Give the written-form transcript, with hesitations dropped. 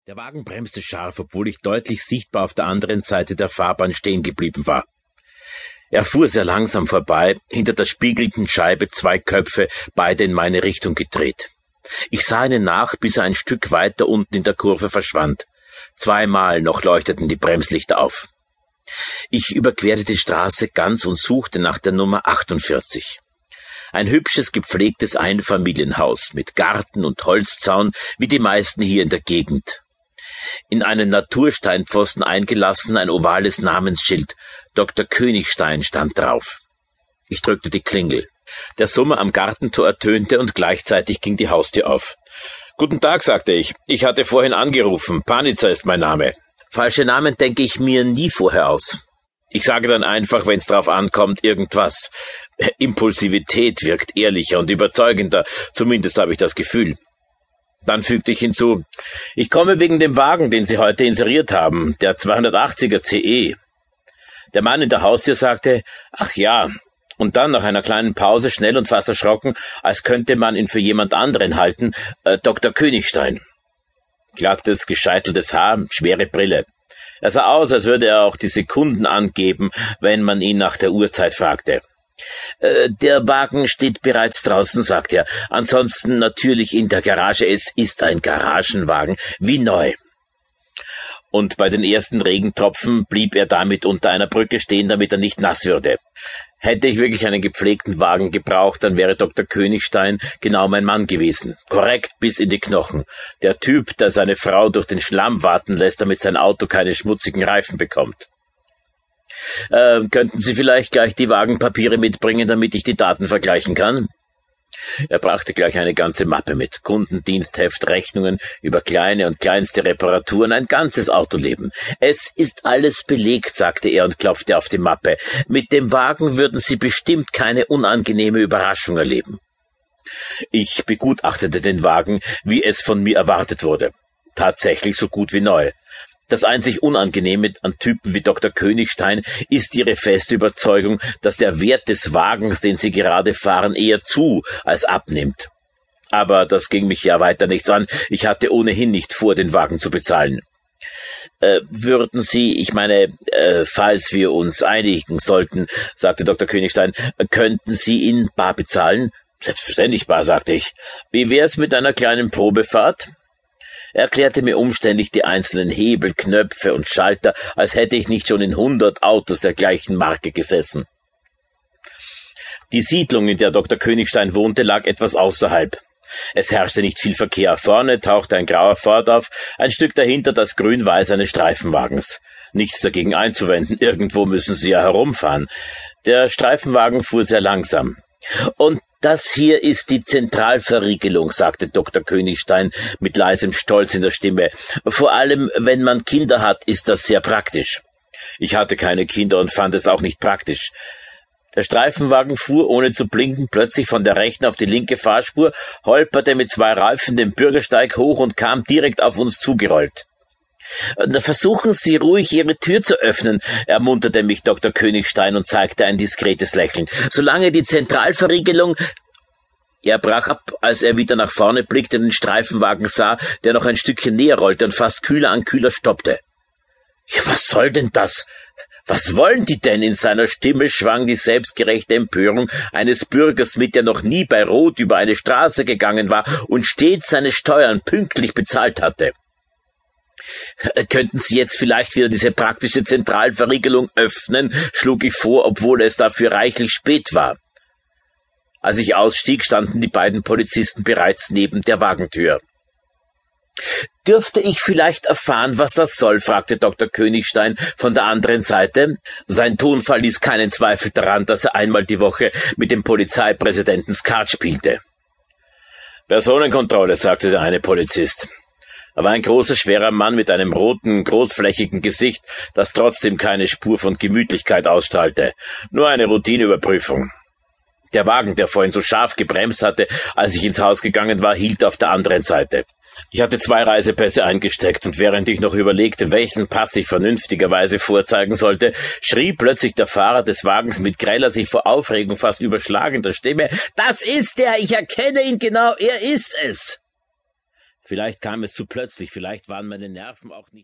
Der Wagen bremste scharf, obwohl ich deutlich sichtbar auf der anderen Seite der Fahrbahn stehen geblieben war. Er fuhr sehr langsam vorbei, hinter der spiegelnden Scheibe 2 Köpfe, beide in meine Richtung gedreht. Ich sah ihnen nach, bis er ein Stück weiter unten in der Kurve verschwand. 2-mal noch leuchteten die Bremslichter auf. Ich überquerte die Straße ganz und suchte nach der Nummer 48. Ein hübsches, gepflegtes Einfamilienhaus mit Garten und Holzzaun, wie die meisten hier in der Gegend. In einen Natursteinpfosten eingelassen ein ovales Namensschild. Dr. Königstein stand drauf. Ich drückte die Klingel. Der Summer am Gartentor ertönte und gleichzeitig ging die Haustür auf. »Guten Tag«, sagte ich. »Ich hatte vorhin angerufen. Panitzer ist mein Name.« Falsche Namen denke ich mir nie vorher aus. Ich sage dann einfach, wenn's drauf ankommt, irgendwas. Impulsivität wirkt ehrlicher und überzeugender, zumindest habe ich das Gefühl. Dann fügte ich hinzu, ich komme wegen dem Wagen, den Sie heute inseriert haben, der 280er CE. Der Mann in der Haustür sagte, »Ach ja«, und dann nach einer kleinen Pause schnell und fast erschrocken, als könnte man ihn für jemand anderen halten, Dr. Königstein. Glattes, gescheiteltes Haar, schwere Brille. Er sah aus, als würde er auch die Sekunden angeben, wenn man ihn nach der Uhrzeit fragte. Der Wagen steht bereits draußen, sagt er. Ansonsten natürlich in der Garage. Es ist ein Garagenwagen, wie neu. Und bei den ersten Regentropfen blieb er damit unter einer Brücke stehen, damit er nicht nass würde. Hätte ich wirklich einen gepflegten Wagen gebraucht, dann wäre Dr. Königstein genau mein Mann gewesen. Korrekt bis in die Knochen. Der Typ, der seine Frau durch den Schlamm warten lässt, damit sein Auto keine schmutzigen Reifen bekommt. Könnten Sie vielleicht gleich die Wagenpapiere mitbringen, damit ich die Daten vergleichen kann? Er brachte gleich eine ganze Mappe mit. Kundendienstheft, Rechnungen über kleine und kleinste Reparaturen, ein ganzes Autoleben. Es ist alles belegt, sagte er und klopfte auf die Mappe. Mit dem Wagen würden Sie bestimmt keine unangenehme Überraschung erleben. Ich begutachtete den Wagen, wie es von mir erwartet wurde. Tatsächlich so gut wie neu. Das einzig Unangenehme an Typen wie Dr. Königstein ist ihre feste Überzeugung, dass der Wert des Wagens, den sie gerade fahren, eher zu als abnimmt. Aber das ging mich ja weiter nichts an. Ich hatte ohnehin nicht vor, den Wagen zu bezahlen. Würden Sie, falls wir uns einigen sollten, sagte Dr. Königstein, könnten Sie ihn bar bezahlen? Selbstverständlich bar, sagte ich. Wie wär's mit einer kleinen Probefahrt? Er erklärte mir umständlich die einzelnen Hebel, Knöpfe und Schalter, als hätte ich nicht schon in 100 Autos der gleichen Marke gesessen. Die Siedlung, in der Dr. Königstein wohnte, lag etwas außerhalb. Es herrschte nicht viel Verkehr. Vorne tauchte ein grauer Ford auf, ein Stück dahinter das Grün-Weiß eines Streifenwagens. Nichts dagegen einzuwenden, irgendwo müssen sie ja herumfahren. Der Streifenwagen fuhr sehr langsam. Und das hier ist die Zentralverriegelung, sagte Dr. Königstein mit leisem Stolz in der Stimme. Vor allem, wenn man Kinder hat, ist das sehr praktisch. Ich hatte keine Kinder und fand es auch nicht praktisch. Der Streifenwagen fuhr, ohne zu blinken, plötzlich von der rechten auf die linke Fahrspur, holperte mit 2 Reifen den Bürgersteig hoch und kam direkt auf uns zugerollt. »Versuchen Sie ruhig, Ihre Tür zu öffnen«, ermunterte mich Dr. Königstein und zeigte ein diskretes Lächeln. »Solange die Zentralverriegelung...« Er brach ab, als er wieder nach vorne blickte und den Streifenwagen sah, der noch ein Stückchen näher rollte und fast Kühler an Kühler stoppte. »Ja, was soll denn das? Was wollen die denn?« In seiner Stimme schwang die selbstgerechte Empörung eines Bürgers mit, der noch nie bei Rot über eine Straße gegangen war und stets seine Steuern pünktlich bezahlt hatte. »Könnten Sie jetzt vielleicht wieder diese praktische Zentralverriegelung öffnen?«, schlug ich vor, obwohl es dafür reichlich spät war. Als ich ausstieg, standen die beiden Polizisten bereits neben der Wagentür. »Dürfte ich vielleicht erfahren, was das soll?«, fragte Dr. Königstein von der anderen Seite. Sein Tonfall ließ keinen Zweifel daran, dass er einmal die Woche mit dem Polizeipräsidenten Skat spielte. »Personenkontrolle«, sagte der eine Polizist. Er war ein großer, schwerer Mann mit einem roten, großflächigen Gesicht, das trotzdem keine Spur von Gemütlichkeit ausstrahlte. Nur eine Routineüberprüfung. Der Wagen, der vorhin so scharf gebremst hatte, als ich ins Haus gegangen war, hielt auf der anderen Seite. Ich hatte 2 Reisepässe eingesteckt, und während ich noch überlegte, welchen Pass ich vernünftigerweise vorzeigen sollte, schrie plötzlich der Fahrer des Wagens mit greller, sich vor Aufregung fast überschlagender Stimme: »Das ist er! Ich erkenne ihn genau! Er ist es!« Vielleicht kam es zu plötzlich, vielleicht waren meine Nerven auch nicht